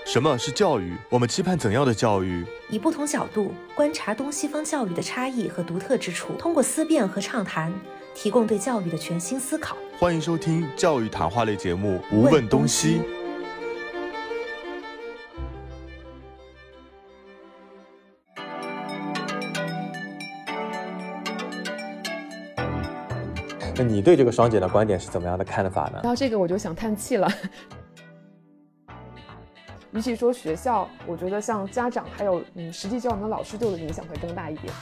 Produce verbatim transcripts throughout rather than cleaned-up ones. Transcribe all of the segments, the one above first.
什么是教育？我们期盼怎样的教育？ 以不同角度观察东西方教育的差异和独特之处，通过思辨和畅谈，提供对教育的全新思考。 欢迎收听教育谈话类节目《无问东西》。 那你对这个双减的观点是怎么样的看法呢？ 到这个我就想叹气了。比起说学校，我觉得像家长还有嗯实际教育的老师对我的影响会更大一点。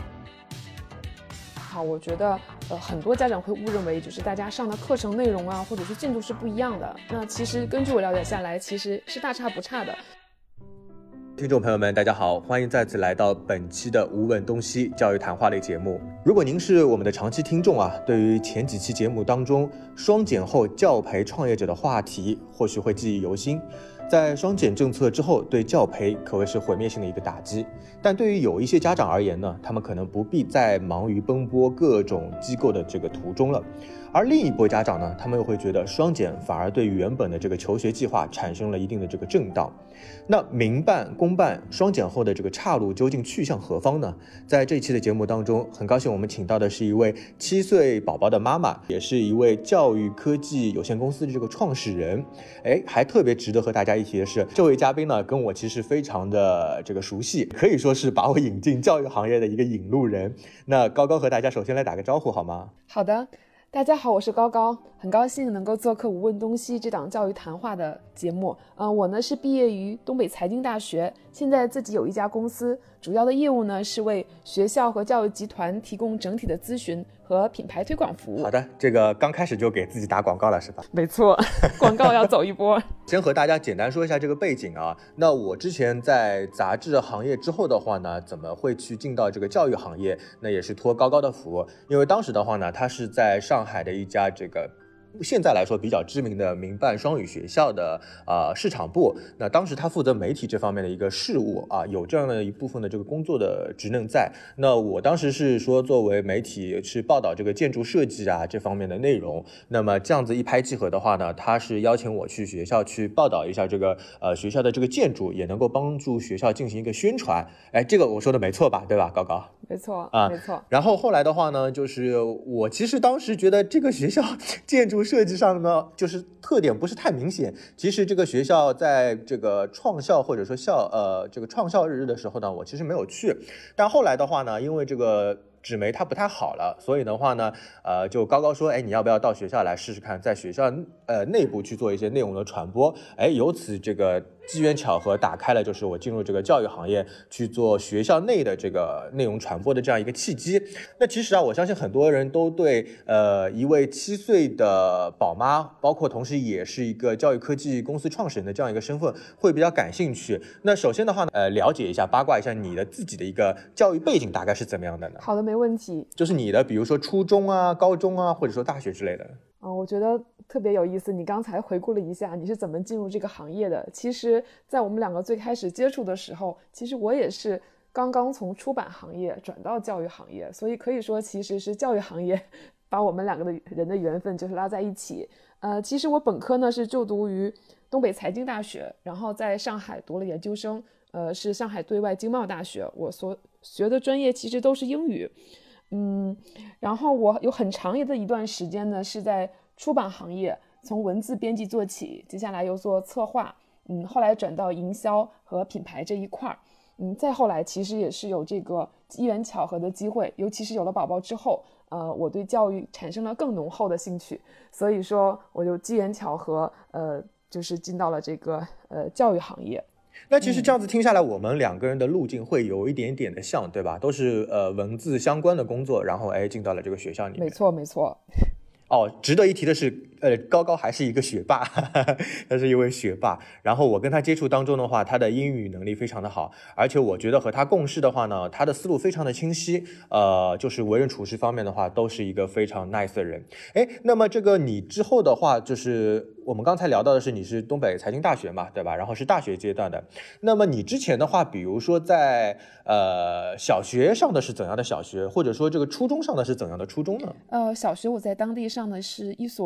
好，我觉得呃很多家长会误认为就是大家上的课程内容啊，或者是进度是不一样的。那其实根据我了解下来，其实是大差不差的。 听众朋友们，大家好，欢迎再次来到本期的无问东西教育谈话类节目。如果您是我们的长期听众啊，对于前几期节目当中双减后教培创业者的话题，或许会记忆犹新。在双减政策之后，对教培可谓是毁灭性的一个打击。但对于有一些家长而言呢，他们可能不必再忙于奔波各种机构的这个途中了。而另一波家长呢，他们又会觉得双减反而对原本的这个求学计划产生了一定的这个震荡。那民办、公办双减后的这个岔路究竟去向何方呢？在这一期的节目当中，很高兴我们请到的是一位七岁宝宝的妈妈，也是一位教育科技有限公司的这个创始人。哎，还特别值得和大家一提的是，这位嘉宾呢，跟我其实非常的这个熟悉，可以说是把我引进教育行业的一个引路人。那高高和大家首先来打个招呼好吗？ 好的。大家好，我是高高，很高兴能够做客《无问东西》这档教育谈话的节目。呃，我呢是毕业于东北财经大学，现在自己有一家公司，主要的业务呢是为学校和教育集团提供整体的咨询和品牌推广服务。 好的，这个刚开始就给自己打广告了是吧？ 没错，广告要走一波。 先和大家简单说一下这个背景啊。那我之前在杂志行业之后的话呢，怎么会去进到这个教育行业？那也是托高高的福，因为当时的话呢，他是在上海的一家这个现在来说比较知名的民办双语学校的呃市场部，那当时他负责媒体这方面的一个事务啊，有这样的一部分的这个工作的职能在。那我当时是说作为媒体是报道这个建筑设计啊这方面的内容，那么这样子一拍即合的话呢，他是邀请我去学校去报道一下这个呃学校的这个建筑，也能够帮助学校进行一个宣传。哎，这个我说的没错吧，对吧，高高？ 没错啊， 没错。 然后后来的话呢，就是我其实当时觉得这个学校建筑设计上呢，就是特点不是太明显。其实这个学校在这个创校或者说校呃这个创校日的时候呢，我其实没有去。但后来的话呢，因为这个纸媒它不太好了，所以的话呢，呃，就高高说，哎，你要不要到学校来试试看，在学校呃内部去做一些内容的传播？哎，由此这个机缘巧合打开了，就是我进入这个教育行业去做学校内的这个内容传播的这样一个契机。那其实啊，我相信很多人都对呃一位七岁的宝妈，包括同时也是一个教育科技公司创始人的这样一个身份会比较感兴趣。那首先的话呢，呃，了解一下八卦一下你的自己的一个教育背景大概是怎么样的呢？ 好的，没问题。 就是你的比如说初中啊、高中啊，或者说大学之类的。 嗯，我觉得特别有意思。你刚才回顾了一下你是怎么进入这个行业的。其实在我们两个最开始接触的时候，其实我也是刚刚从出版行业转到教育行业，所以可以说其实是教育行业把我们两个的人的缘分就是拉在一起。呃，其实我本科呢是就读于东北财经大学，然后在上海读了研究生，呃，是上海对外经贸大学。我所学的专业其实都是英语。嗯，然后我有很长的一段时间呢是在出版行业，从文字编辑做起，接下来又做策划，嗯，后来转到营销和品牌这一块儿，嗯，再后来其实也是有这个机缘巧合的机会，尤其是有了宝宝之后，呃，我对教育产生了更浓厚的兴趣，所以说我就机缘巧合，呃，就是进到了这个呃教育行业。 那其实这样子听下来，我们两个人的路径会有一点点的像，对吧？都是呃文字相关的工作，然后哎进到了这个学校里面。 没错没错。 哦，值得一提的是，呃，高高还是一个学霸，哈哈，他是一位学霸。然后我跟他接触当中的话，他的英语能力非常的好，而且我觉得和他共事的话呢，他的思路非常的清晰，呃，就是为人处事方面的话，都是一个非常 nice 的人。哎，那么这个你之后的话，就是我们刚才聊到的是你是东北财经大学嘛，对吧？然后是大学阶段的。那么你之前的话，比如说在呃小学上的是怎样的小学，或者说这个初中上的是怎样的初中呢？ 呃，小学我在当地上的是一所实验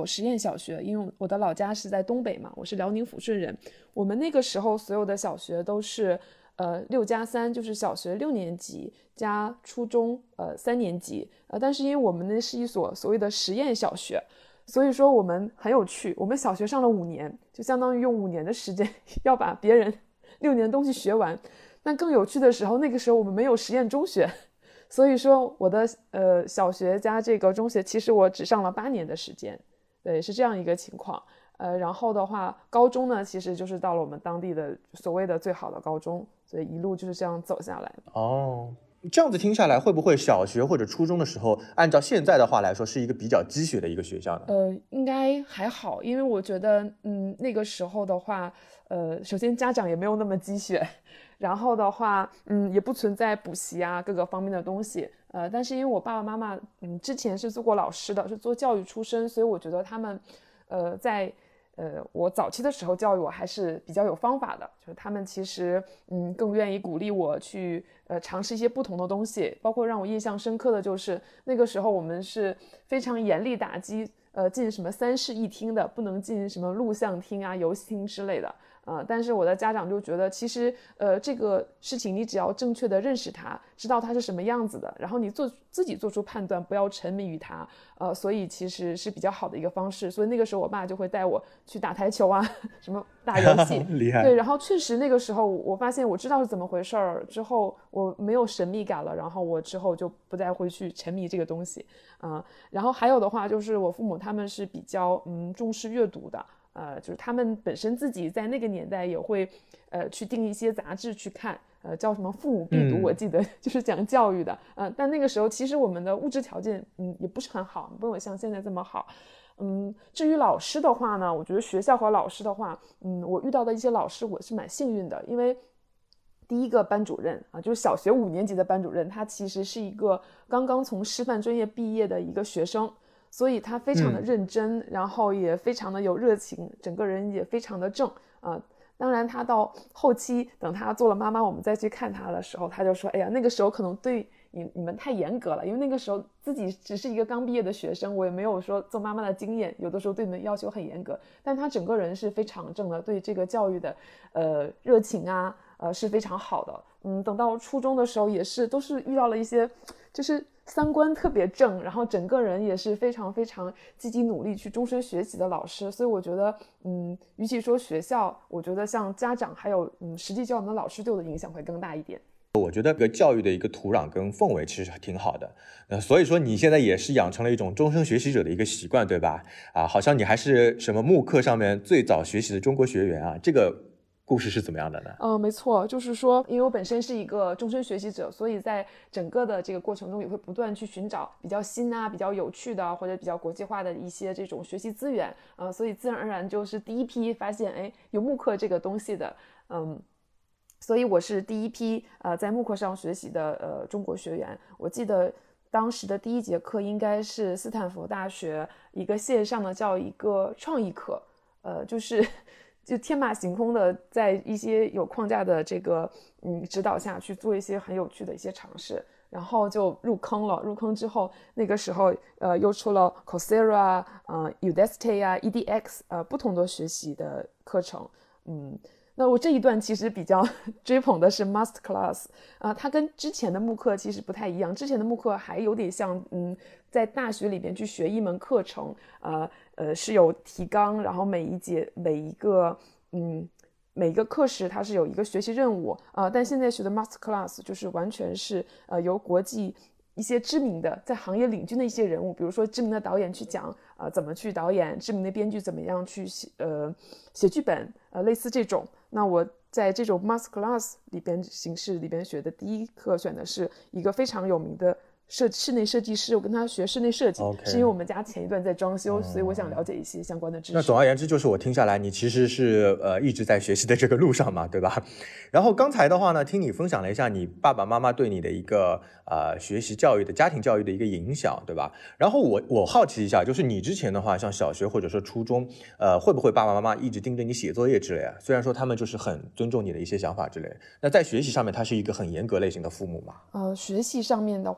小学，因为我的老家是在东北嘛，我是辽宁抚顺人。我们那个时候所有的小学都是呃六加三，就是小学六年级加初中呃三年级，呃，但是因为我们那是一所所谓的实验小学，所以说我们很有趣，我们小学上了五年，就相当于用五年的时间要把别人六年的东西学完。但更有趣的时候，那个时候我们没有实验中学，所以说我的呃小学加这个中学，其实我只上了八年的时间，对，是这样一个情况。呃，然后的话，高中呢，其实就是到了我们当地的所谓的最好的高中，所以一路就是这样走下来。 哦，这样子听下来，会不会小学或者初中的时候，按照现在的话来说，是一个比较鸡血的一个学校呢？ 呃，应该还好，因为我觉得，嗯，那个时候的话，呃，首先家长也没有那么鸡血，然后的话，嗯，也不存在补习啊各个方面的东西，呃，但是因为我爸爸妈妈，嗯，之前是做过老师的，是做教育出身，所以我觉得他们，呃，在呃我早期的时候教育我还是比较有方法的，就是他们其实，嗯，更愿意鼓励我去呃尝试一些不同的东西，包括让我印象深刻的就是那个时候我们是非常严厉打击，呃，进什么三室一厅的，不能进什么录像厅啊、游戏厅之类的。呃，但是我的家长就觉得，其实呃这个事情你只要正确的认识它，知道它是什么样子的，然后你做自己做出判断，不要沉迷于它，呃，所以其实是比较好的一个方式。所以那个时候我爸就会带我去打台球啊，什么打游戏， 厉害。 对，然后确实那个时候我发现我知道是怎么回事儿之后，我没有神秘感了，然后我之后就不再会去沉迷这个东西啊、呃。然后还有的话就是我父母他们是比较嗯重视阅读的。呃，就是他们本身自己在那个年代也会，呃，去订一些杂志去看，呃，叫什么父母必读，我记得就是讲教育的，呃，但那个时候其实我们的物质条件，嗯，也不是很好，没有像现在这么好，嗯，至于老师的话呢，我觉得学校和老师的话，嗯，我遇到的一些老师我是蛮幸运的，因为第一个班主任啊，就是小学五年级的班主任，他其实是一个刚刚从师范专业毕业的一个学生。所以他非常的认真、嗯、然后也非常的有热情，整个人也非常的正啊、呃。当然他到后期等他做了妈妈，我们再去看他的时候，他就说哎呀，那个时候可能对你你们太严格了，因为那个时候自己只是一个刚毕业的学生，我也没有说做妈妈的经验，有的时候对你们要求很严格，但他整个人是非常正的，对这个教育的呃热情啊呃是非常好的。嗯，等到初中的时候也是都是遇到了一些就是三观特别正，然后整个人也是非常非常积极努力去终身学习的老师，所以我觉得嗯，与其说学校，我觉得像家长还有嗯实际教育的老师对我的影响会更大一点。 我觉得这个教育的一个土壤跟氛围其实挺好的，呃，所以说你现在也是养成了一种终身学习者的一个习惯，对吧？啊，好像你还是什么慕课上面最早学习的中国学员啊，这个故事是怎么样的呢？ 呃，没错，就是说，因为我本身是一个终身学习者，所以在整个的这个过程中也会不断去寻找比较新啊、比较有趣的或者比较国际化的一些这种学习资源，呃，所以自然而然就是第一批发现，哎，有慕课这个东西的，嗯。所以我是第一批呃在慕课上学习的呃中国学员。我记得当时的第一节课应该是斯坦福大学一个线上的叫一个创意课，呃就是就天马行空的在一些有框架的这个嗯指导下去做一些很有趣的一些尝试，然后就入坑了。入坑之后，那个时候呃又出了 Coursera、呃 Udacity 啊、E D X 呃不同的学习的课程，嗯。那我这一段其实比较追捧的是 Masterclass 啊、呃，它跟之前的慕课其实不太一样。之前的慕课还有点像，嗯，在大学里边去学一门课程，呃呃是有提纲，然后每一节每一个嗯每一个课时它是有一个学习任务啊、呃，但现在学的 Masterclass 就是完全是呃由国际一些知名的在行业领军的一些人物，比如说知名的导演去讲呃怎么去导演，知名的编剧怎么样去写呃写剧本，呃类似这种。那我在这种 Masterclass 里边形式里边学的第一课选的是一个非常有名的设室内设计师，我跟他学室内设计、okay. 是因为我们家前一段在装修、嗯、所以我想了解一些相关的知识。 那总而言之就是我听下来你其实是呃一直在学习的这个路上嘛，对吧？然后刚才的话呢，听你分享了一下你爸爸妈妈对你的一个呃学习教育的家庭教育的一个影响，对吧？然后我我好奇一下，就是你之前的话像小学或者说初中呃会不会爸爸妈妈一直盯着你写作业之类啊？虽然说他们就是很尊重你的一些想法之类，那在学习上面他是一个很严格类型的父母嘛？ 呃学习上面的话不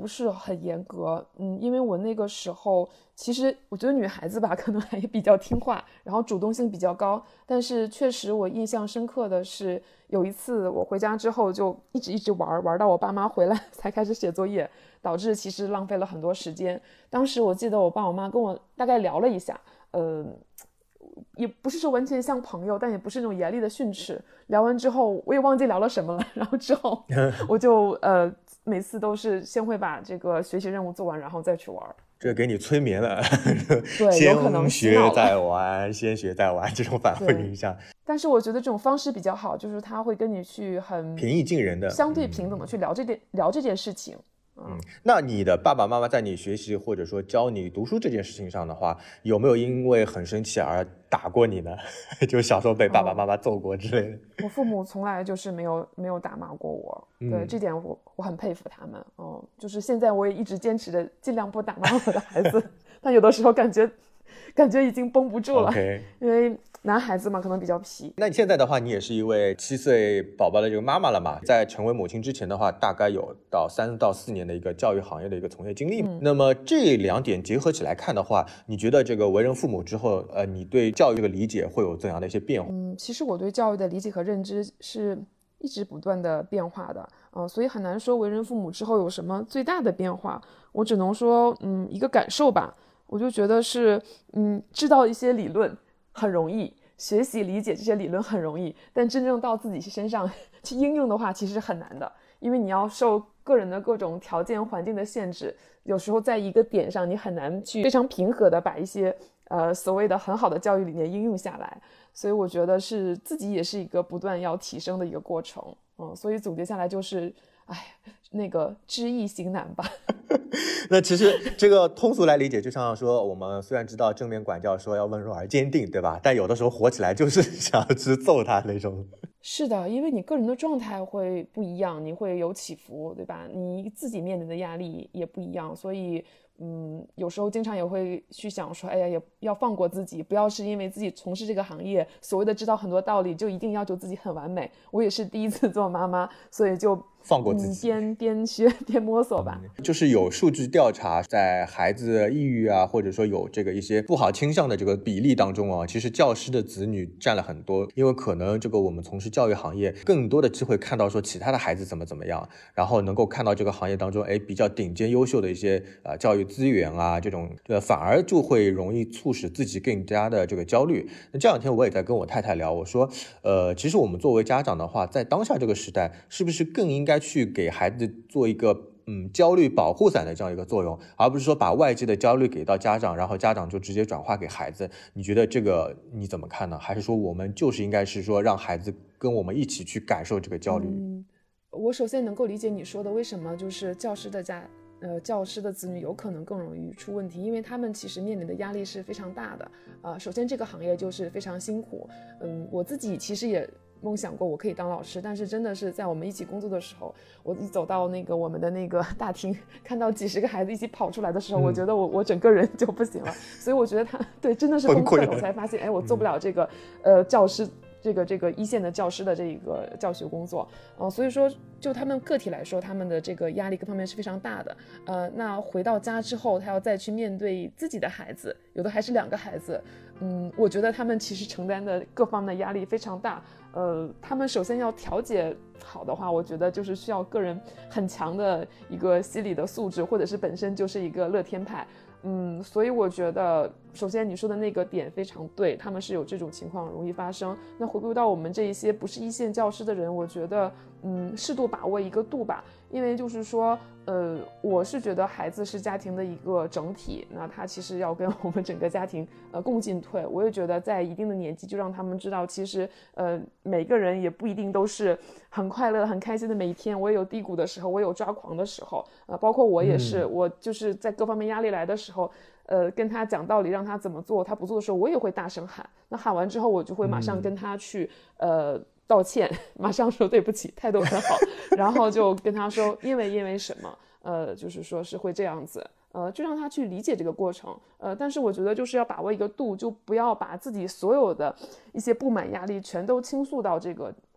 不是很严格，嗯，因为我那个时候其实我觉得女孩子吧可能还比较听话，然后主动性比较高，但是确实我印象深刻的是有一次我回家之后就一直一直玩玩到我爸妈回来才开始写作业，导致其实浪费了很多时间。当时我记得我爸我妈跟我大概聊了一下，呃也不是说完全像朋友，但也不是那种严厉的训斥。聊完之后我也忘记聊了什么了，然后之后我就呃每次都是先会把这个学习任务做完，然后再去玩。 这给你催眠了， 对，有可能先学再玩，先学再玩，这种反复影响。 但是我觉得这种方式比较好，就是他会跟你去很平易近人的、 相对平等的去聊这件、嗯、聊这件事情。 嗯，那你的爸爸妈妈在你学习或者说教你读书这件事情上的话，有没有因为很生气而打过你呢？就小时候被爸爸妈妈揍过之类的。 哦、我父母从来就是没有没有打骂过我， 嗯、 对这点我我很佩服他们。哦、嗯，就是现在我也一直坚持着尽量不打骂我的孩子，但有的时候感觉感觉已经绷不住了， okay. 因为男孩子嘛可能比较皮。 那你现在的话，你也是一位七岁宝宝的这个妈妈了嘛？在成为母亲之前的话，大概有到三到四年的一个教育行业的一个从业经历。嗯、那么这两点结合起来看的话，你觉得这个为人父母之后，呃，你对教育这个理解会有怎样的一些变化？ 嗯，其实我对教育的理解和认知是一直不断的变化的，呃，所以很难说为人父母之后有什么最大的变化。我只能说，嗯，一个感受吧。我就觉得是，嗯，知道一些理论很容易，学习理解这些理论很容易，但真正到自己身上去应用的话，其实很难的，因为你要受个人的各种条件环境的限制，有时候在一个点上，你很难去非常平和的把一些呃所谓的很好的教育理念应用下来。所以我觉得是自己也是一个不断要提升的一个过程，嗯，所以总结下来就是，哎，那个知易行难吧。 那其实这个通俗来理解，就像说我们虽然知道正面管教说要温柔而坚定，对吧？但有的时候火起来就是想要去揍他那种。 是的，因为你个人的状态会不一样，你会有起伏，对吧？你自己面临的压力也不一样，所以嗯，有时候经常也会去想说，哎呀，也要放过自己，不要是因为自己从事这个行业，所谓的知道很多道理，就一定要求自己很完美。我也是第一次做妈妈，所以就放过自己， 嗯、边边学边摸索吧。 嗯、就是有数据调查，在孩子抑郁啊，或者说有这个一些不好倾向的这个比例当中啊，其实教师的子女占了很多，因为可能这个我们从事教育行业，更多的机会看到说其他的孩子怎么怎么样，然后能够看到这个行业当中，哎，比较顶尖优秀的一些呃教育资源啊，这种呃反而就会容易促使自己更加的这个焦虑。那这两天我也在跟我太太聊，我说，呃，其实我们作为家长的话，在当下这个时代，是不是更应该去给孩子做一个嗯焦虑保护伞的这样一个作用，而不是说把外界的焦虑给到家长，然后家长就直接转化给孩子？你觉得这个你怎么看呢？还是说我们就是应该是说让孩子跟我们一起去感受这个焦虑？ 嗯，我首先能够理解你说的为什么就是教师的家呃，教师的子女有可能更容易出问题，因为他们其实面临的压力是非常大的。呃，首先这个行业就是非常辛苦。嗯，我自己其实也梦想过我可以当老师，但是真的是在我们一起工作的时候，我一走到那个我们的那个大厅，看到几十个孩子一起跑出来的时候，嗯、我觉得我我整个人就不行了。所以我觉得他对真的是崩溃了，我才发现，哎，我做不了这个、嗯、呃教师。这个这个一线的教师的这个教学工作，呃，所以说就他们个体来说，他们的这个压力各方面是非常大的。呃，那回到家之后，他要再去面对自己的孩子，有的还是两个孩子，嗯，我觉得他们其实承担的各方面的压力非常大。呃，他们首先要调节好的话，我觉得就是需要个人很强的一个心理的素质，或者是本身就是一个乐天派。嗯，所以我觉得首先你说的那个点非常对，他们是有这种情况容易发生。那回归到我们这一些不是一线教师的人，我觉得嗯，适度把握一个度吧。因为就是说呃，我是觉得孩子是家庭的一个整体，那他其实要跟我们整个家庭呃共进退。我也觉得在一定的年纪就让他们知道，其实呃每个人也不一定都是很快乐很开心的每一天，我也有低谷的时候，我有抓狂的时候，呃包括我也是、嗯、我就是在各方面压力来的时候，呃跟他讲道理让他怎么做，他不做的时候我也会大声喊，那喊完之后我就会马上跟他去、嗯、呃道歉，马上说对不起，态度很好，然后就跟他说因为因为什么，呃，就是说是会这样子，呃，就让他去理解这个过程，呃，但是我觉得就是要把握一个度，就不要把自己所有的一些不满压力全都倾诉到这个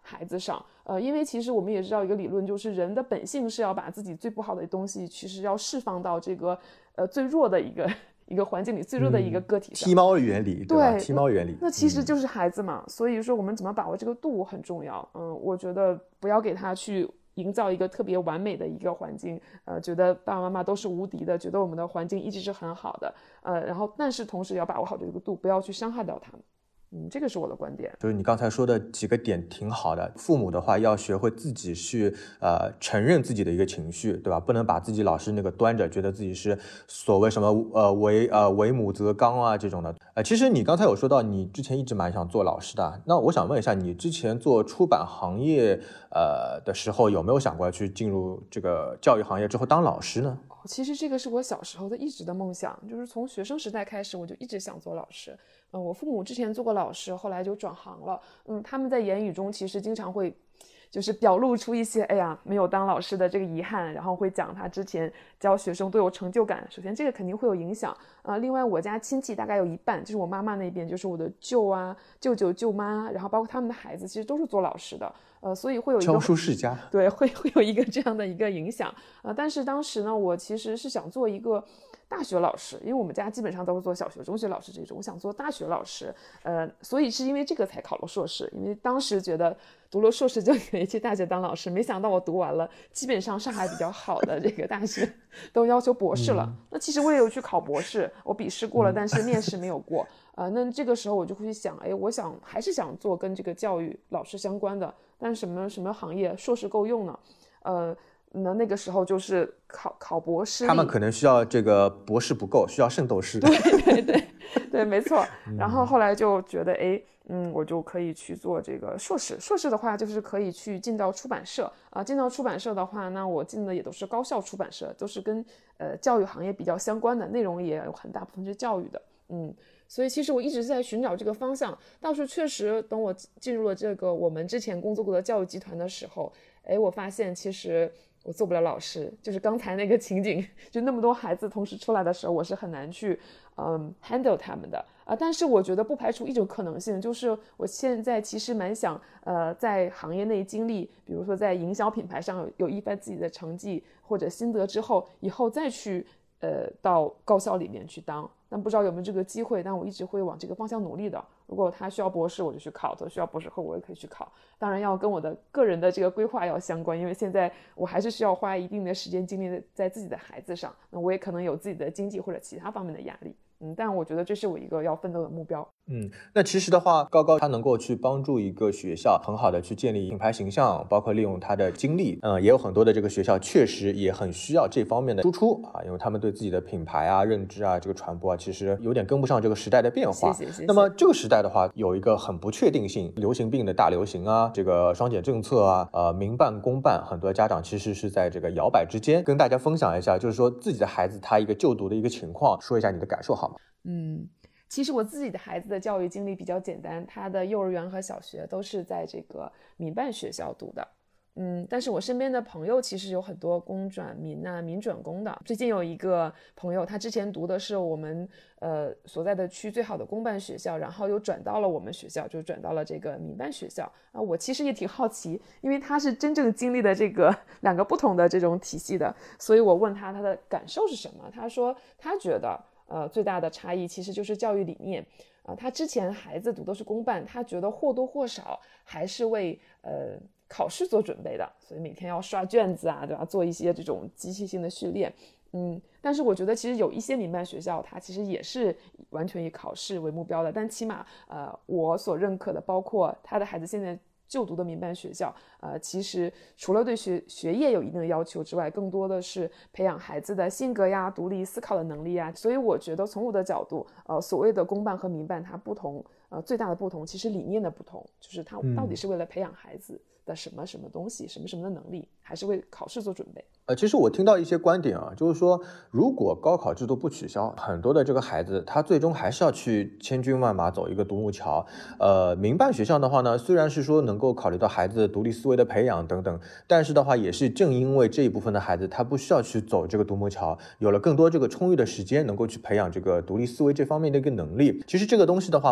孩子上。呃，因为其实我们也知道一个理论，就是人的本性是要把自己最不好的东西，其实要释放到这个呃最弱的一个一个环境里，最弱的一个个体上。 踢猫原理，对吧？ 对， 踢猫原理。 那其实就是孩子嘛，嗯，所以说我们怎么把握这个度很重要。嗯，我觉得不要给他去营造一个特别完美的一个环境，呃，觉得爸爸妈妈都是无敌的，觉得我们的环境一直是很好的，呃，然后但是同时要把握好这个度，不要去伤害到他们。嗯，这个是我的观点。 就是你刚才说的几个点挺好的，父母的话要学会自己去呃承认自己的一个情绪，对吧？不能把自己老是那个端着，觉得自己是所谓什么呃为呃为母则刚啊这种的。呃，其实你刚才有说到你之前一直蛮想做老师的，那我想问一下，你之前做出版行业呃的时候，有没有想过要去进入这个教育行业之后当老师呢？ 其实这个是我小时候的一直的梦想，就是从学生时代开始我就一直想做老师。嗯，我父母之前做过老师，后来就转行了。嗯，他们在言语中其实经常会就是表露出一些哎呀没有当老师的这个遗憾，然后会讲他之前教学生都有成就感。首先这个肯定会有影响啊、呃。另外我家亲戚大概有一半，就是我妈妈那边，就是我的舅啊、舅舅、舅妈，然后包括他们的孩子，其实都是做老师的。呃，所以会有一个教书世家， 对，会会有一个这样的一个影响啊、呃。但是当时呢，我其实是想做一个大学老师，因为我们家基本上都是做小学、中学老师这种，我想做大学老师，呃，所以是因为这个才考了硕士。因为当时觉得读了硕士就可以去大学当老师，没想到我读完了，基本上上海比较好的这个大学都要求博士了。嗯、那其实我也有去考博士，我笔试过了，但是面试没有过。呃，那这个时候我就会去想，哎，我想还是想做跟这个教育老师相关的，但什么什么行业硕士够用呢？呃，那那个时候就是考考博士， 他们可能需要这个博士不够，需要圣斗士。 对对对对，没错。然后后来就觉得，哎，嗯，我就可以去做这个硕士。硕士的话，就是可以去进到出版社啊、呃。进到出版社的话，那我进的也都是高校出版社，都是跟呃教育行业比较相关的，内容也有很大部分是教育的，嗯。所以其实我一直在寻找这个方向，倒是确实等我进入了这个我们之前工作过的教育集团的时候，哎，我发现其实我做不了老师，就是刚才那个情景，就那么多孩子同时出来的时候，我是很难去嗯 handle 他们的啊。但是我觉得不排除一种可能性，就是我现在其实蛮想呃在行业内经历，比如说在营销品牌上有有一番自己的成绩或者心得之后，以后再去呃到高校里面去当。但不知道有没有这个机会，但我一直会往这个方向努力的。如果他需要博士，我就去考；他需要博士后，我也可以去考。当然要跟我的个人的这个规划要相关，因为现在我还是需要花一定的时间精力在自己的孩子上，那我也可能有自己的经济或者其他方面的压力。嗯，但我觉得这是我一个要奋斗的目标。 嗯，那其实的话，高高他能够去帮助一个学校很好的去建立品牌形象，包括利用他的经历，嗯，也有很多的这个学校确实也很需要这方面的输出啊，因为他们对自己的品牌啊、认知啊、这个传播啊，其实有点跟不上这个时代的变化。 谢谢谢谢。 那么这个时代的话，有一个很不确定性，流行病的大流行啊，这个双减政策啊，呃，民办公办，很多家长其实是在这个摇摆之间。跟大家分享一下，就是说自己的孩子他一个就读的一个情况，说一下你的感受好吗？ 嗯，其实我自己的孩子的教育经历比较简单，他的幼儿园和小学都是在这个民办学校读的。嗯，但是我身边的朋友其实有很多公转民啊、民转公的。最近有一个朋友，他之前读的是我们呃所在的区最好的公办学校，然后又转到了我们学校，就转到了这个民办学校啊。我其实也挺好奇，因为他是真正经历的这个两个不同的这种体系的，所以我问他他的感受是什么，他说他觉得呃最大的差异其实就是教育理念啊、呃。他之前孩子读的是公办，他觉得或多或少还是为呃。考试做准备的，所以每天要刷卷子啊，对吧？做一些这种机器性的训练，嗯，但是我觉得其实有一些民办学校，它其实也是完全以考试为目标的，但起码呃，我所认可的，包括他的孩子现在就读的民办学校，呃，其实除了对学学业有一定的要求之外，更多的是培养孩子的性格呀、独立思考的能力呀。所以我觉得从我的角度，呃，所谓的公办和民办它不同，呃，最大的不同其实理念的不同，就是它到底是为了培养孩子的什么什么东西，什么什么的能力，还是为考试做准备。 呃，其实我听到一些观点啊，就是说，如果高考制度不取消，很多的这个孩子他最终还是要去千军万马走一个独木桥。呃，民办学校的话呢，虽然是说能够考虑到孩子独立思维的培养等等，但是的话也是正因为这一部分的孩子他不需要去走这个独木桥，有了更多这个充裕的时间，能够去培养这个独立思维这方面的一个能力。其实这个东西的话蛮难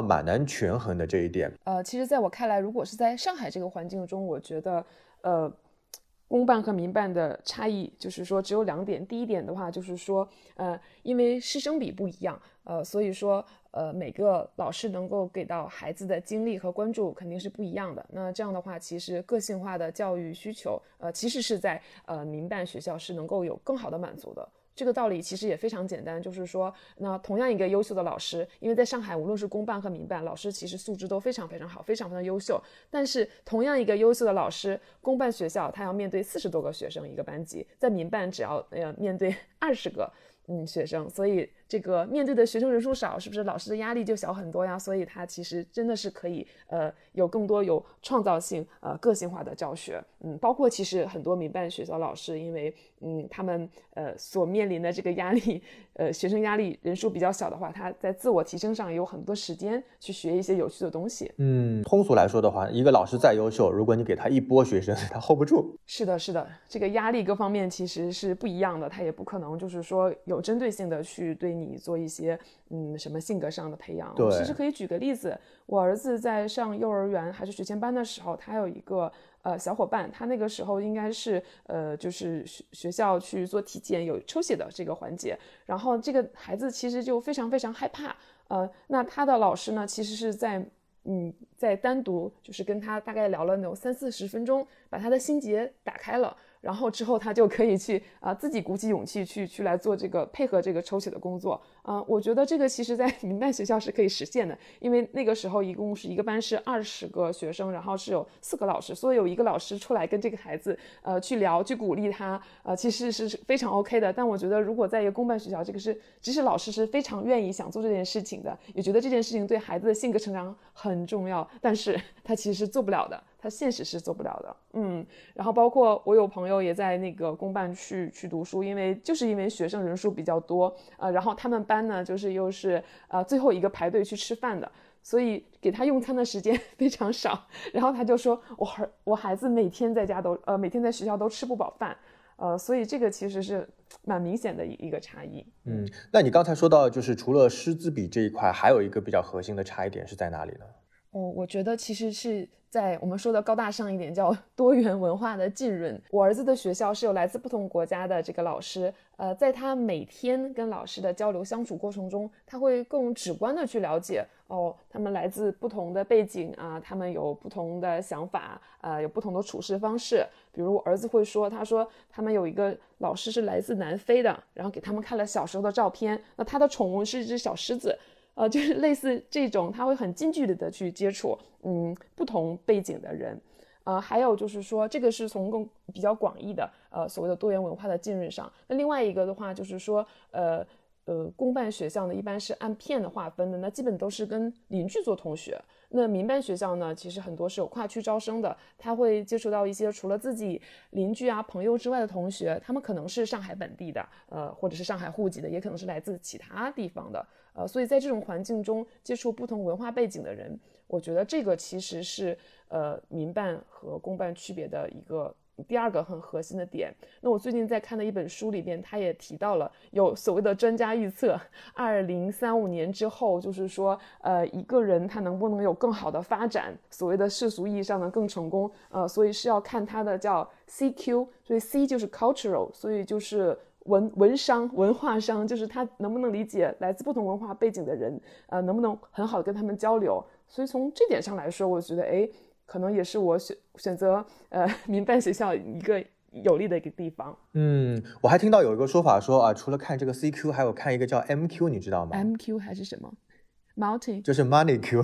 权衡的这一点。 呃，其实在我看来，如果是在上海这个环境中，我觉得呃公办和民办的差异就是说只有两点。第一点的话就是说呃因为师生比不一样，呃所以说呃每个老师能够给到孩子的精力和关注肯定是不一样的。那这样的话其实个性化的教育需求呃其实是在呃民办学校是能够有更好的满足的。这个道理其实也非常简单，就是说那同样一个优秀的老师，因为在上海无论是公办和民办，老师其实素质都非常非常好，非常非常优秀，但是同样一个优秀的老师，公办学校他要面对四十多个学生一个班级，在民办只要呃面对二十个嗯学生，所以这个面对的学生人数少，是不是老师的压力就小很多呀？所以他其实真的是可以呃有更多有创造性呃个性化的教学。嗯，包括其实很多民办学校老师，因为嗯他们呃所面临的这个压力呃学生压力人数比较小的话，他在自我提升上有很多时间去学一些有趣的东西。 嗯，通俗来说的话，一个老师再优秀，如果你给他一波学生，他 hold 不住。 是的是的，这个压力各方面其实是不一样的，他也不可能就是说有针对性的去对你做一些嗯什么性格上的培养。 对， 我其实可以举个例子，我儿子在上幼儿园还是学前班的时候，他有一个呃小伙伴，他那个时候应该是呃就是学学校去做体检有抽血的这个环节，然后这个孩子其实就非常非常害怕，呃那他的老师呢其实是在嗯在单独就是跟他大概聊了那种三四十分钟，把他的心结打开了，然后之后他就可以去啊、呃、自己鼓起勇气去去来做这个配合这个抽血的工作啊、呃。我觉得这个其实在民办学校是可以实现的，因为那个时候一共是一个班是二十个学生，然后是有四个老师，所以有一个老师出来跟这个孩子呃去聊去鼓励他呃其实是非常 OK 的。但我觉得如果在一个公办学校，这个是即使老师是非常愿意想做这件事情的，也觉得这件事情对孩子的性格成长很重要，但是他其实是做不了的，他现实是做不了的。嗯，然后包括我有朋友也在那个公办去去读书，因为就是因为学生人数比较多，呃，然后他们班呢就是又是呃最后一个排队去吃饭的，所以给他用餐的时间非常少。然后他就说，我我孩子每天在家都呃每天在学校都吃不饱饭，呃，所以这个其实是蛮明显的一个差异。 嗯，那你刚才说到就是除了师资比这一块，还有一个比较核心的差异点是在哪里呢？ 哦，我觉得其实是在我们说的高大上一点叫多元文化的浸润。我儿子的学校是有来自不同国家的这个老师，呃，在他每天跟老师的交流相处过程中，他会更直观的去了解哦，他们来自不同的背景啊，他们有不同的想法，呃，有不同的处事方式。比如我儿子会说，他说他们有一个老师是来自南非的，然后给他们看了小时候的照片，那他的宠物是一只小狮子。呃，就是类似这种，他会很近距离的去接触，嗯，不同背景的人，呃，还有就是说，这个是从更比较广义的，呃，所谓的多元文化的浸润上。那另外一个的话，就是说，呃呃，公办学校呢，一般是按片的划分的，那基本都是跟邻居做同学。那民办学校呢，其实很多是有跨区招生的，他会接触到一些除了自己邻居啊、朋友之外的同学，他们可能是上海本地的，呃，或者是上海户籍的，也可能是来自其他地方的。呃，所以在这种环境中接触不同文化背景的人，我觉得这个其实是呃民办和公办区别的一个第二个很核心的点。那我最近在看的一本书里边，他也提到了有所谓的专家预测，二零三五年之后，就是说呃一个人他能不能有更好的发展，所谓的世俗意义上的更成功，呃，所以是要看他的叫 C Q， 所以 C 就是 cultural， 所以就是文文商文化商，就是他能不能理解来自不同文化背景的人，呃，能不能很好的跟他们交流。所以从这点上来说，我觉得哎，可能也是我选选择呃民办学校一个有利的一个地方。 嗯，我还听到有一个说法说啊，除了看这个 C Q， 还有看一个叫 M Q， 你知道吗 ？M Q 还是什么 ？Multi 就是 Money Q。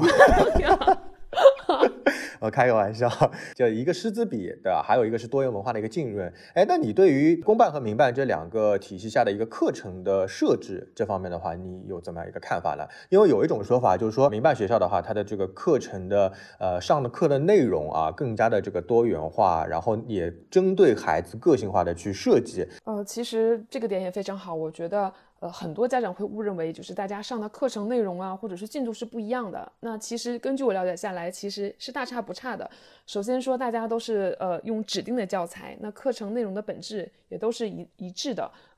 我开个玩笑，就一个师资比，对吧？还有一个是多元文化的一个浸润。哎，那你对于公办和民办这两个体系下的一个课程的设置这方面的话，你有怎么样一个看法呢？因为有一种说法就是说，民办学校的话，它的这个课程的呃上的课的内容啊，更加的这个多元化，然后也针对孩子个性化的去设计。 呃，其实这个点也非常好，我觉得。呃，很多家长会误认为就是大家上的课程内容啊，或者是进度是不一样的。那其实根据我了解下来，其实是大差不差的。首先说，大家都是呃用指定的教材，那课程内容的本质也都是一一致的。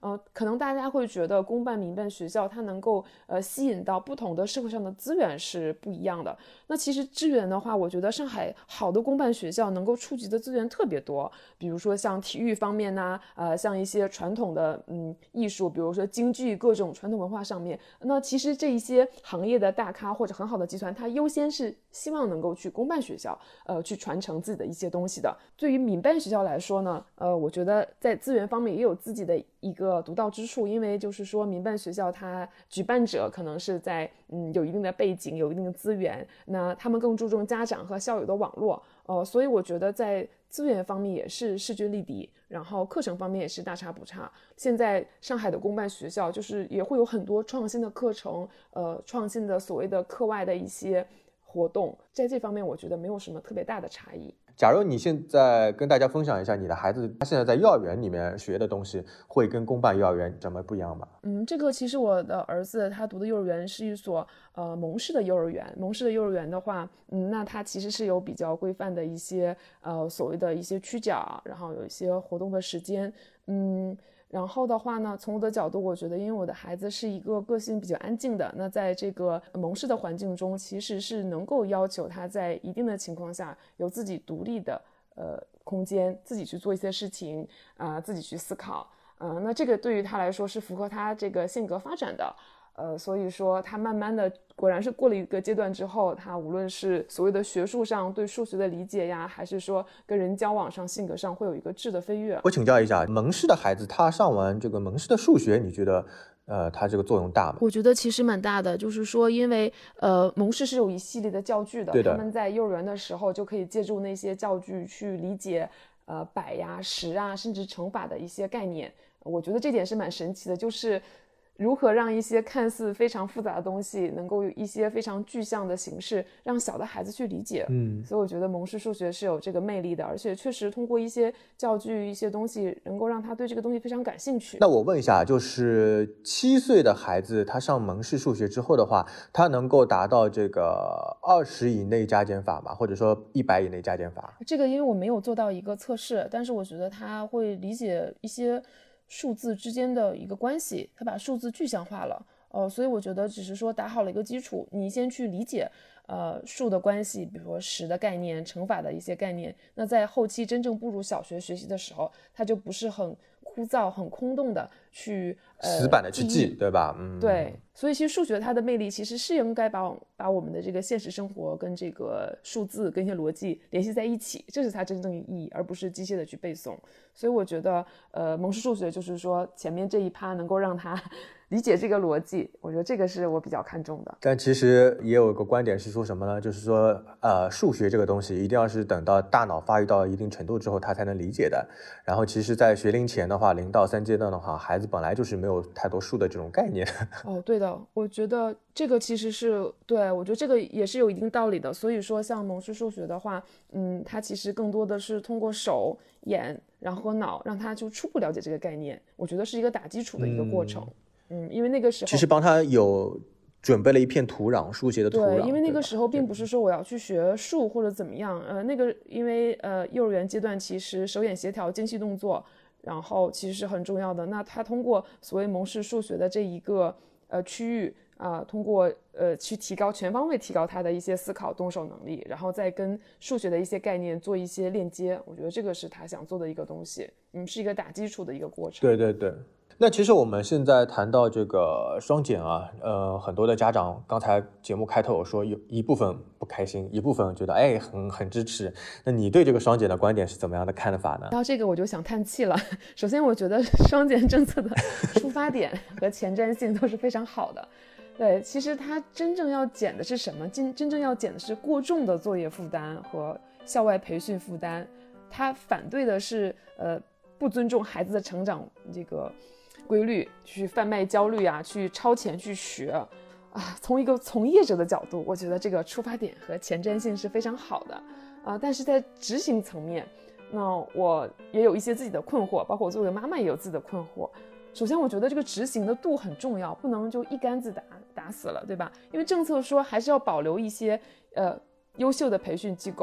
呃，可能大家会觉得公办民办学校它能够呃吸引到不同的社会上的资源是不一样的。那其实资源的话，我觉得上海好的公办学校能够触及的资源特别多，比如说像体育方面呐、啊，呃，像一些传统的嗯艺术，比如说京剧各种传统文化上面。那其实这一些行业的大咖或者很好的集团，它优先是希望能够去公办学校，呃，去传承自己的一些东西的。对于民办学校来说呢，呃，我觉得在资源方面也有自己的一个独到之处，因为就是说民办学校它举办者可能是在嗯有一定的背景，有一定的资源，那他们更注重家长和校友的网络，呃，所以我觉得在资源方面也是势均力敌，然后课程方面也是大差不差。现在上海的公办学校就是也会有很多创新的课程，呃，创新的所谓的课外的一些活动，在这方面我觉得没有什么特别大的差异。 假如你现在跟大家分享一下你的孩子他现在在幼儿园里面学的东西，会跟公办幼儿园怎么不一样吗？ 嗯，这个其实我的儿子他读的幼儿园是一所呃蒙氏的幼儿园。蒙氏的幼儿园的话，嗯，那它其实是有比较规范的一些呃所谓的一些区角，然后有一些活动的时间，嗯。然后的话呢，从我的角度，我觉得因为我的孩子是一个个性比较安静的，那在这个蒙氏的环境中，其实是能够要求他在一定的情况下有自己独立的呃空间，自己去做一些事情啊、呃，自己去思考，嗯、呃，那这个对于他来说是符合他这个性格发展的。呃，所以说他慢慢的果然是过了一个阶段之后，他无论是所谓的学术上对数学的理解呀，还是说跟人交往上性格上会有一个质的飞跃。 我请教一下，蒙氏的孩子他上完这个蒙氏的数学，你觉得呃他这个作用大吗？ 我觉得其实蛮大的，就是说因为呃蒙氏是有一系列的教具的， 对的， 他们在幼儿园的时候就可以借助那些教具去理解呃百呀、十啊，甚至乘法的一些概念。我觉得这点是蛮神奇的，就是如何让一些看似非常复杂的东西能够有一些非常具象的形式让小的孩子去理解。 嗯， 所以我觉得蒙氏数学是有这个魅力的，而且确实通过一些教具一些东西能够让他对这个东西非常感兴趣。 那我问一下，就是七岁的孩子他上蒙氏数学之后的话，他能够达到这个二十以内加减法吗？或者说一百以内加减法？ 这个因为我没有做到一个测试，但是我觉得他会理解一些数字之间的一个关系，他把数字具象化了，呃，所以我觉得只是说打好了一个基础，你先去理解呃数的关系，比如说十的概念、乘法的一些概念，那在后期真正步入小学学习的时候，他就不是很枯燥、很空洞的去呃死板的去记，对吧？嗯， 对。所以其实数学它的魅力其实是应该把把我们的这个现实生活跟这个数字跟一些逻辑联系在一起，这是它真正的意义，而不是机械的去背诵。所以我觉得呃蒙氏数学就是说前面这一趴能够让他理解这个逻辑，我觉得这个是我比较看重的。 但其实也有一个观点是说什么呢？就是说呃数学这个东西一定要是等到大脑发育到一定程度之后他才能理解的。然后其实在学龄前的话，零到三阶段的话，孩子本来就是没有太多数的这种概念。 哦，对的，我觉得这个其实是对，我觉得这个也是有一定道理的。所以说像蒙氏数学的话，嗯，它其实更多的是通过手、眼，然后和脑，让他就初步了解这个概念。我觉得是一个打基础的一个过程。嗯，嗯因为那个时候其实帮他有准备了一片土壤，数学的土壤。 对，因为那个时候并不是说我要去学数或者怎么样，呃，那个因为呃幼儿园阶段其实手眼协调、精细动作，然后其实是很重要的。那他通过所谓蒙氏数学的这一个呃区域啊、呃，通过呃去提高全方位提高他的一些思考动手能力，然后再跟数学的一些概念做一些链接，我觉得这个是他想做的一个东西，嗯，是一个打基础的一个过程。 对对对。那其实我们现在谈到这个双减啊，呃，很多的家长刚才节目开头有说有一部分不开心，一部分觉得哎很很支持。那你对这个双减的观点是怎么样的看法呢？ 然后这个我就想叹气了。首先，我觉得双减政策的出发点和前瞻性都是非常好的。对，其实它真正要减的是什么？真真正要减的是过重的作业负担和校外培训负担。它反对的是呃不尊重孩子的成长这个规律，去贩卖焦虑啊，去超前去学啊。从一个从业者的角度，我觉得这个出发点和前瞻性是非常好的啊。但是在执行层面，那我也有一些自己的困惑，包括我作为妈妈也有自己的困惑。首先，我觉得这个执行的度很重要，不能就一竿子打打死了，对吧？因为政策说还是要保留一些呃优秀的培训机构。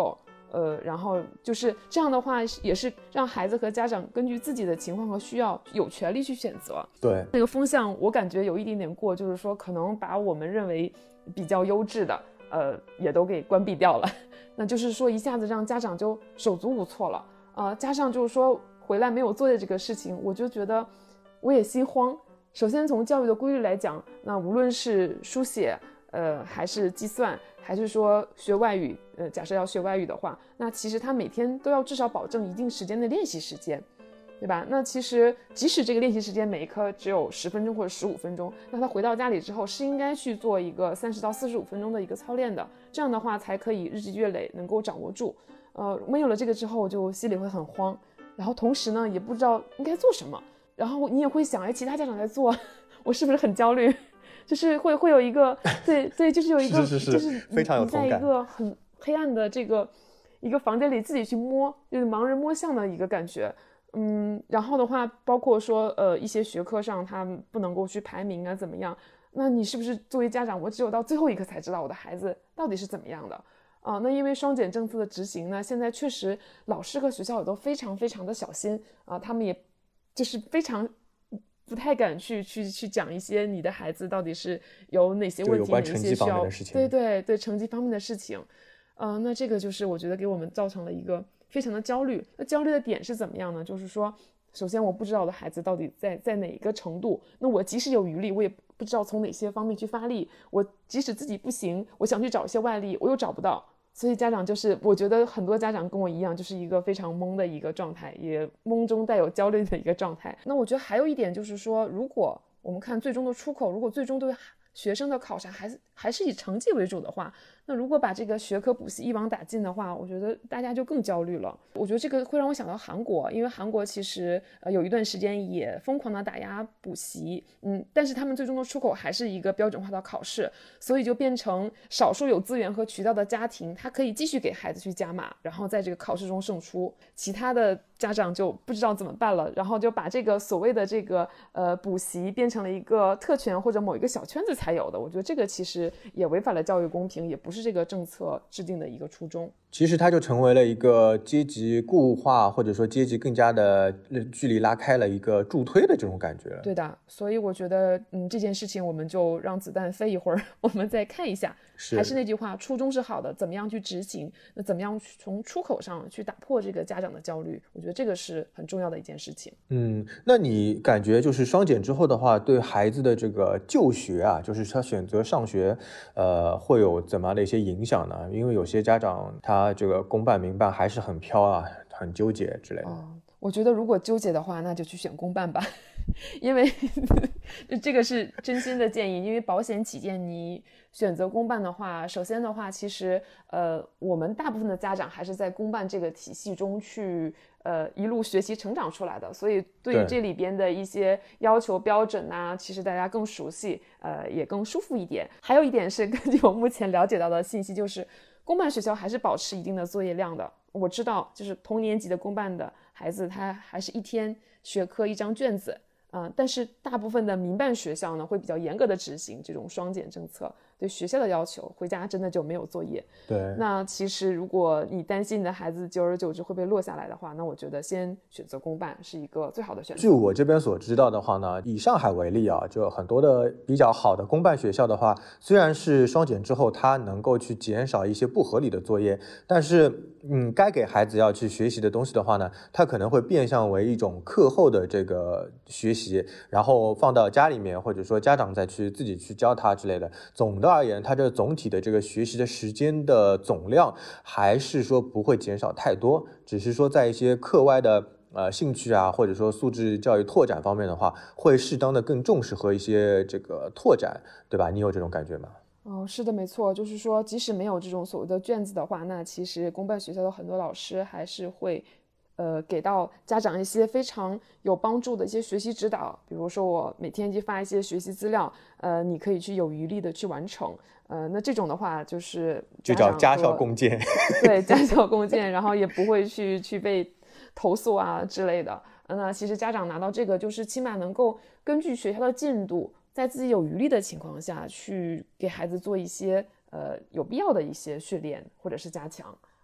呃，然后就是这样的话，也是让孩子和家长根据自己的情况和需要，有权利去选择。 对， 那个风向我感觉有一点点过，就是说可能把我们认为比较优质的，呃，也都给关闭掉了。那就是说一下子让家长就手足无措了，呃，加上就是说回来没有作业这个事情，我就觉得我也心慌。首先从教育的规律来讲，那无论是书写，呃，还是计算，还是说学外语，呃，假设要学外语的话，那其实他每天都要至少保证一定时间的练习时间，对吧？那其实即使这个练习时间每一科只有十分钟或者十五分钟，那他回到家里之后是应该去做一个三十到四十五分钟的一个操练的，这样的话才可以日积月累能够掌握住。呃，没有了这个之后，就心里会很慌，然后同时呢也不知道应该做什么，然后你也会想，哎，其他家长在做，我是不是很焦虑？就是会会有一个，对对，就是有一个， 是是是就是非常有同感。 你在一个很黑暗的这个一个房间里自己去摸，就是盲人摸象的一个感觉。嗯，然后的话，包括说呃一些学科上他不能够去排名啊怎么样？那你是不是作为家长，我只有到最后一刻才知道我的孩子到底是怎么样的？啊、呃，那因为双减政策的执行呢，现在确实老师和学校也都非常非常的小心啊、呃，他们也就是非常不太敢去去去讲一些你的孩子到底是有哪些问题，哪一些需要，对对对，成绩方面的事情。嗯、呃，那这个就是我觉得给我们造成了一个非常的焦虑。那焦虑的点是怎么样呢？就是说，首先我不知道我的孩子到底在在哪一个程度，那我即使有余力，我也不知道从哪些方面去发力。我即使自己不行，我想去找一些外力，我又找不到。所以家长就是，我觉得很多家长跟我一样，就是一个非常懵的一个状态，也懵中带有焦虑的一个状态。那我觉得还有一点就是说，如果我们看最终的出口，如果最终对学生的考察还是还是以成绩为主的话，那如果把这个学科补习一网打尽的话，我觉得大家就更焦虑了。我觉得这个会让我想到韩国，因为韩国其实呃有一段时间也疯狂的打压补习，嗯，但是他们最终的出口还是一个标准化的考试，所以就变成少数有资源和渠道的家庭，他可以继续给孩子去加码，然后在这个考试中胜出，其他的家长就不知道怎么办了，然后就把这个所谓的这个呃补习变成了一个特权或者某一个小圈子才有的。我觉得这个其实也违反了教育公平，也不是这个政策制定的一个初衷。 其实它就成为了一个阶级固化，或者说阶级更加的距离拉开了一个助推的这种感觉了。 对的，所以我觉得嗯这件事情我们就让子弹飞一会儿，我们再看一下。是还是那句话，初衷是好的，怎么样去执行，那怎么样从出口上去打破这个家长的焦虑，我觉得这个是很重要的一件事情。 嗯，那你感觉就是双减之后的话，对孩子的这个就学啊，就是他选择上学呃会有怎么样的一些影响呢？因为有些家长他这个公办民办还是很飘啊，很纠结之类的。 哦，我觉得如果纠结的话，那就去选公办吧，因为这个是真心的建议。因为保险起见，你选择公办的话，首先的话，其实呃，我们大部分的家长还是在公办这个体系中去呃一路学习成长出来的，所以对于这里边的一些要求标准啊，其实大家更熟悉，呃，也更舒服一点。还有一点是，根据我目前了解到的信息，就是公办学校还是保持一定的作业量的。我知道，就是同年级的公办的孩子，他还是一天学科一张卷子，嗯、呃，但是大部分的民办学校呢，会比较严格的执行这种双减政策，对学校的要求，回家真的就没有作业。 对， 那其实如果你担心你的孩子久而久之会被落下来的话，那我觉得先选择公办是一个最好的选择。 据我这边所知道的话呢，以上海为例啊，就很多的比较好的公办学校的话，虽然是双减之后，它能够去减少一些不合理的作业，但是嗯，该给孩子要去学习的东西的话呢，它可能会变相为一种课后的这个学习，然后放到家里面，或者说家长再去自己去教他之类的。总的而言，它这总体的这个学习的时间的总量还是说不会减少太多，只是说在一些课外的呃兴趣啊，或者说素质教育拓展方面的话，会适当的更重视和一些这个拓展，对吧？你有这种感觉吗？ 哦，是的，没错，就是说，即使没有这种所谓的卷子的话，那其实公办学校的很多老师还是会，呃，给到家长一些非常有帮助的一些学习指导。比如说，我每天去发一些学习资料，呃，你可以去有余力的去完成。呃，那这种的话，就是就叫家校共建， 对，家校共建，然后也不会去去被投诉啊之类的。那其实家长拿到这个，就是起码能够根据学校的进度，在自己有余力的情况下去给孩子做一些呃有必要的一些训练或者是加强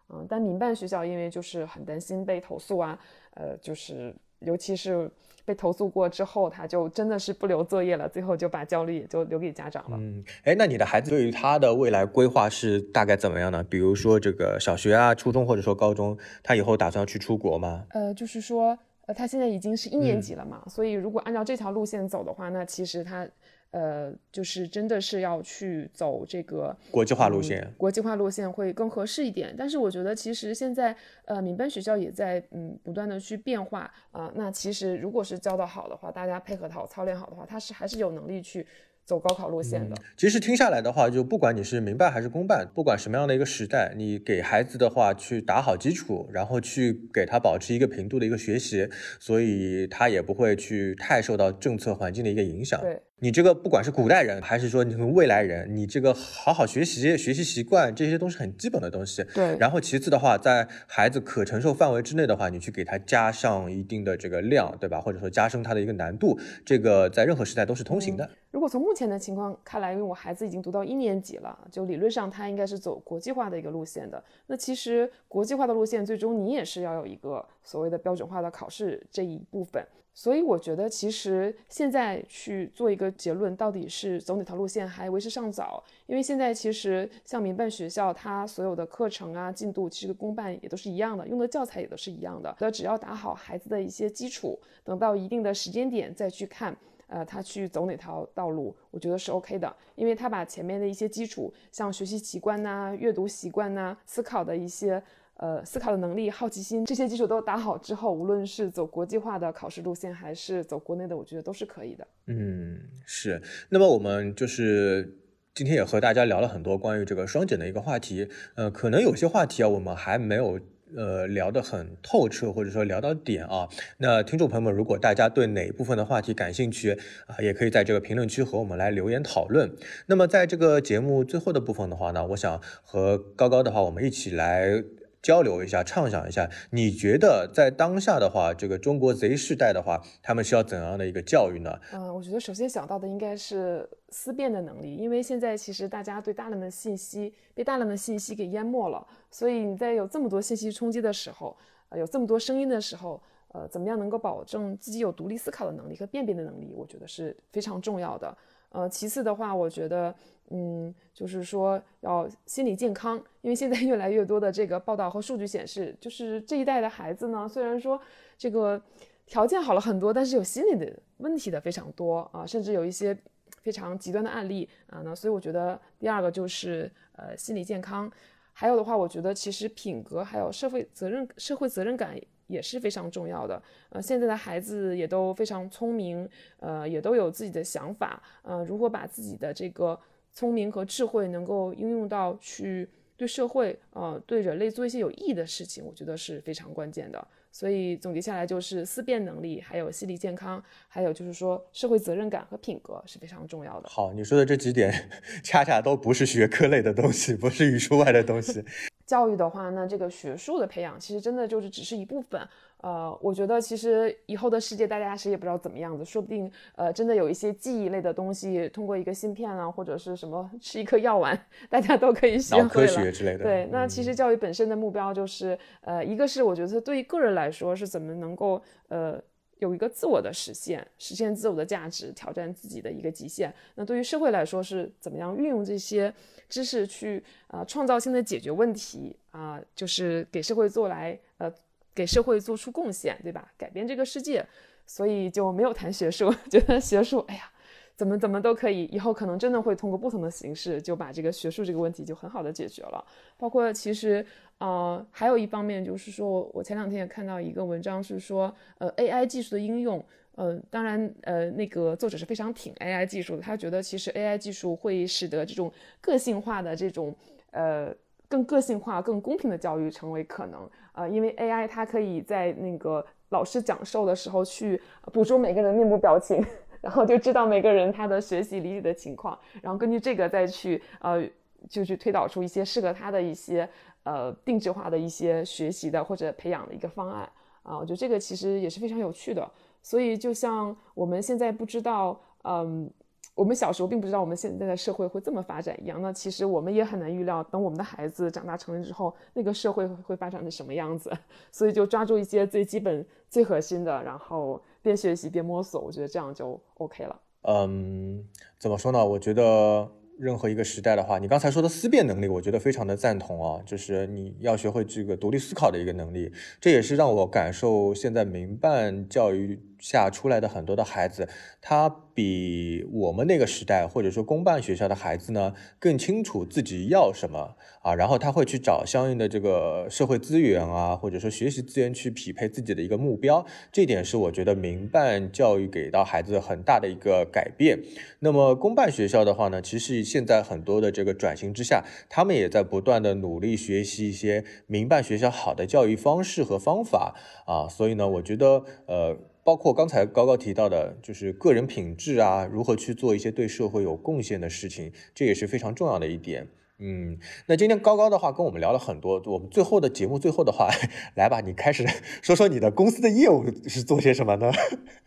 嗯，但民办学校因为就是很担心被投诉啊，呃，就是尤其是被投诉过之后，他就真的是不留作业了，最后就把焦虑也就留给家长了。 嗯，哎，那你的孩子对于他的未来规划是大概怎么样呢？比如说这个小学啊、初中或者说高中，他以后打算去出国吗？ 呃，就是说，呃，他现在已经是一年级了嘛，嗯、所以如果按照这条路线走的话，那其实他。呃，就是真的是要去走这个国际化路线、 嗯，国际化路线会更合适一点。但是我觉得其实现在呃民办学校也在嗯不断的去变化啊、呃。那其实如果是教得好的话，大家配合好、操练好的话，他是还是有能力去走高考路线的、嗯、 其实听下来的话，就不管你是民办还是公办，不管什么样的一个时代，你给孩子的话去打好基础，然后去给他保持一个平度的一个学习，所以他也不会去太受到政策环境的一个影响。 对， 你这个不管是古代人还是说你未来人，你这个好好学习学习习惯，这些都是很基本的东西。 对， 然后其次的话，在孩子可承受范围之内的话，你去给他加上一定的这个量，对吧？或者说加深他的一个难度，这个在任何时代都是通行的。 嗯，如果从目前的情况看来，因为我孩子已经读到一年级了，就理论上他应该是走国际化的一个路线的。那其实国际化的路线，最终你也是要有一个所谓的标准化的考试这一部分。所以我觉得其实现在去做一个结论，到底是走哪条路线还为时尚早。因为现在其实像民办学校，它所有的课程啊进度其实跟公办也都是一样的，用的教材也都是一样的。那只要打好孩子的一些基础，等到一定的时间点再去看呃，他去走哪条道路，我觉得是 OK 的。因为他把前面的一些基础，像学习习惯呐、阅读习惯呐、思考的一些呃，思考的能力、好奇心，这些基础都打好之后，无论是走国际化的考试路线，还是走国内的，我觉得都是可以的。 嗯，是。那么我们就是今天也和大家聊了很多关于这个双减的一个话题。呃，可能有些话题啊，我们还没有呃聊得很透彻，或者说聊到点啊。那听众朋友们，如果大家对哪一部分的话题感兴趣啊，也可以在这个评论区和我们来留言讨论。那么在这个节目最后的部分的话呢，我想和高高的话，我们一起来交流一下，畅想一下，你觉得在当下的话，这个中国 Z 世代的话，他们需要怎样的一个教育呢？ 嗯，我觉得首先想到的应该是思辨的能力，因为现在其实大家对大量的信息被大量的信息给淹没了，所以你在有这么多信息冲击的时候，呃，有这么多声音的时候，呃，怎么样能够保证自己有独立思考的能力和辨别的能力，我觉得是非常重要的。呃，其次的话，我觉得，嗯，就是说要心理健康，因为现在越来越多的这个报道和数据显示，就是这一代的孩子呢，虽然说这个条件好了很多，但是有心理的问题的非常多啊，甚至有一些非常极端的案例啊。那所以我觉得第二个就是呃心理健康，还有的话，我觉得其实品格还有社会责任、社会责任感也是非常重要的。呃，现在的孩子也都非常聪明，呃，也都有自己的想法，呃，如何把自己的这个聪明和智慧能够应用到去对社会、呃，对人类做一些有意义的事情，我觉得是非常关键的。所以总结下来就是思辨能力，还有心理健康，还有就是说社会责任感和品格是非常重要的。 好，你说的这几点恰恰都不是学科类的东西，不是语数外的东西。 教育的话，那这个学术的培养其实真的就是只是一部分。呃，我觉得其实以后的世界大家谁也不知道怎么样子，说不定呃真的有一些记忆类的东西，通过一个芯片啊，或者是什么吃一颗药丸，大家都可以学会了。 脑科学之类的。 对，那其实教育本身的目标就是，呃，一个是我觉得对于个人来说是怎么能够呃。有一个自我的实现，实现自我的价值，挑战自己的一个极限。那对于社会来说是怎么样运用这些知识去啊、呃、创造性的解决问题啊、呃，就是给社会做来呃给社会做出贡献，对吧？改变这个世界。所以就没有谈学术，觉得学术哎呀怎么怎么都可以，以后可能真的会通过不同的形式就把这个学术这个问题就很好的解决了。包括其实呃，还有一方面就是说，我前两天也看到一个文章是说，呃 A I 技术的应用，呃，当然呃那个作者是非常挺 A I 技术的，他觉得其实 A I 技术会使得这种个性化的这种呃更个性化更公平的教育成为可能。呃，因为 A I 它可以在那个老师讲授的时候去捕捉每个人面部表情，然后就知道每个人他的学习理解的情况，然后根据这个再去呃就去推导出一些适合他的一些呃定制化的一些学习的或者培养的一个方案啊，我觉得这个其实也是非常有趣的。所以就像我们现在不知道嗯我们小时候并不知道我们现在的社会会这么发展一样，那其实我们也很难预料等我们的孩子长大成人之后那个社会会发展成什么样子，所以就抓住一些最基本最核心的，然后边学习边摸索，我觉得这样就 OK 了。 嗯，怎么说呢，我觉得任何一个时代的话，你刚才说的思辨能力我觉得非常的赞同啊，就是你要学会这个独立思考的一个能力，这也是让我感受现在民办教育下出来的很多的孩子，他比我们那个时代或者说公办学校的孩子呢更清楚自己要什么啊，然后他会去找相应的这个社会资源啊，或者说学习资源去匹配自己的一个目标，这点是我觉得民办教育给到孩子很大的一个改变。那么公办学校的话呢，其实现在很多的这个转型之下，他们也在不断的努力学习一些民办学校好的教育方式和方法啊，所以呢，我觉得呃。包括刚才高高提到的，就是个人品质啊，如何去做一些对社会有贡献的事情，这也是非常重要的一点。嗯，那今天高高的话跟我们聊了很多，我们最后的节目最后的话，来吧，你开始说说你的公司的业务是做些什么呢？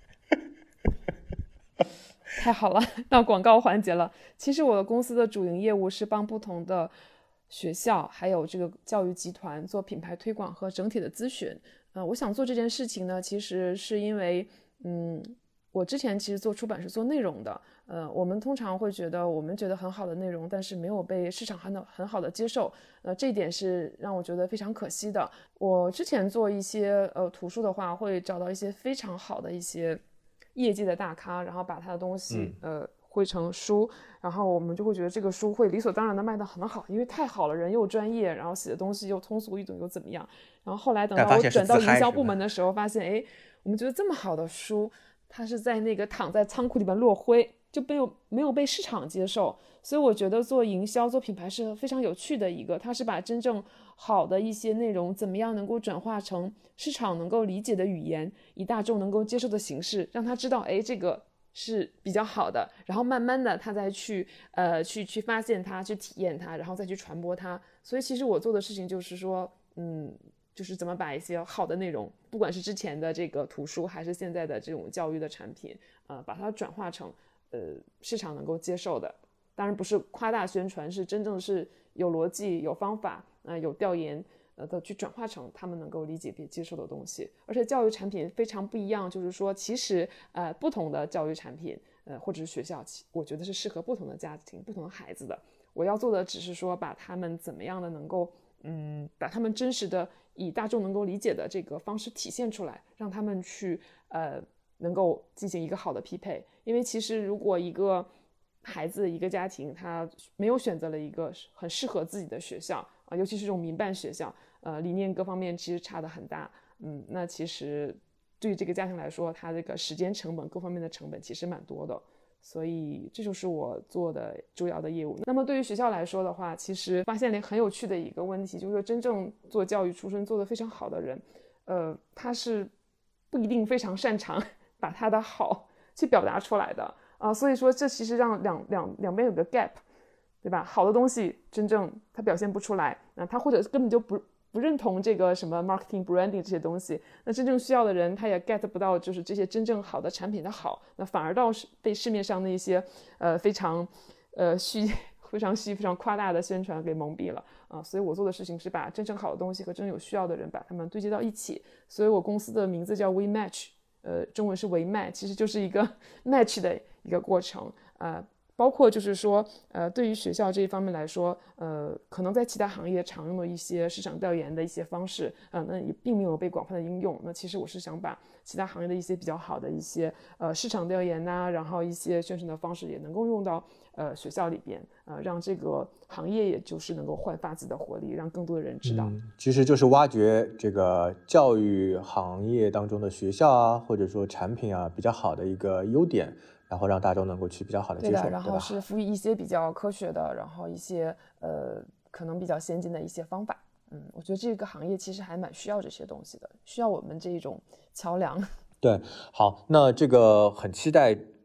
太好了，到广告环节了。其实我的公司的主营业务是帮不同的学校还有这个教育集团做品牌推广和整体的咨询。呃，我想做这件事情呢，其实是因为，嗯，我之前其实做出版是做内容的，呃，我们通常会觉得我们觉得很好的内容，但是没有被市场很很好的接受，呃，这一点是让我觉得非常可惜的。我之前做一些呃图书的话，会找到一些非常好的一些业界的大咖，然后把他的东西、嗯、呃绘成书，然后我们就会觉得这个书会理所当然的卖得很好，因为太好了，人又专业，然后写的东西又通俗易懂又怎么样。然后后来等到我转到营销部门的时候，发现哎，我们觉得这么好的书，它是在那个躺在仓库里面落灰，就没有没有被市场接受。所以我觉得做营销做品牌是非常有趣的一个，它是把真正好的一些内容怎么样能够转化成市场能够理解的语言，以大众能够接受的形式，让他知道哎这个是比较好的，然后慢慢的他再去呃去去发现它，去体验它，然后再去传播它。所以其实我做的事情就是说嗯就是怎么把一些好的内容，不管是之前的这个图书还是现在的这种教育的产品呃把它转化成呃市场能够接受的，当然不是夸大宣传，是真正是有逻辑有方法、呃、有调研呃的去转化成他们能够理解并接受的东西。而且教育产品非常不一样，就是说其实呃不同的教育产品呃或者是学校，我觉得是适合不同的家庭不同的孩子的。我要做的只是说把他们怎么样的能够嗯把他们真实的以大众能够理解的这个方式体现出来，让他们去呃能够进行一个好的匹配。因为其实如果一个孩子一个家庭他没有选择了一个很适合自己的学校啊，尤其是这种民办学校，呃，理念各方面其实差得很大，嗯，那其实对于这个家庭来说，他这个时间成本各方面的成本其实蛮多的，所以这就是我做的主要的业务。那么对于学校来说的话，其实发现了很有趣的一个问题，就是真正做教育出身做得非常好的人，呃，他是不一定非常擅长把他的好去表达出来的啊、呃，所以说这其实让两两两边有个 gap， 对吧？好的东西真正他表现不出来，那他或者根本就不不认同这个什么 marketing branding 这些东西，那真正需要的人他也 get 不到就是这些真正好的产品的好，那反而到被市面上那些呃非常呃虚非常虚非常夸大的宣传给蒙蔽了啊、呃！所以我做的事情是把真正好的东西和真正有需要的人把他们对接到一起，所以我公司的名字叫 We Match， 呃，中文是为卖，其实就是一个 match 的一个过程，呃。包括就是说呃，对于学校这一方面来说，呃，可能在其他行业常用的一些市场调研的一些方式，呃，那也并没有被广泛的应用。那其实我是想把其他行业的一些比较好的一些呃市场调研呐、啊，然后一些宣传的方式也能够用到呃学校里边，呃，让这个行业也就是能够焕发自己的活力，让更多的人知道。 嗯，其实就是挖掘这个教育行业当中的学校啊，或者说产品啊比较好的一个优点。然后让大众能够去比较好的接受， 对的，然后是赋予一些比较科学的，然后一些呃可能比较先进的一些方法。嗯，我觉得这个行业其实还蛮需要这些东西的，需要我们这一种桥梁。 对，好，那这个很期待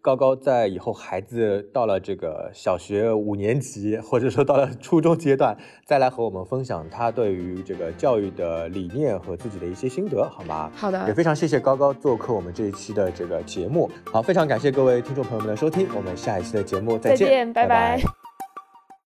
高高在以后孩子到了这个小学五年级，或者说到了初中阶段，再来和我们分享他对于这个教育的理念和自己的一些心得，好吗？ 好的， 也非常谢谢高高做客我们这一期的这个节目。好，非常感谢各位听众朋友们的收听，我们下一期的节目再见， 再见，拜拜。 拜拜。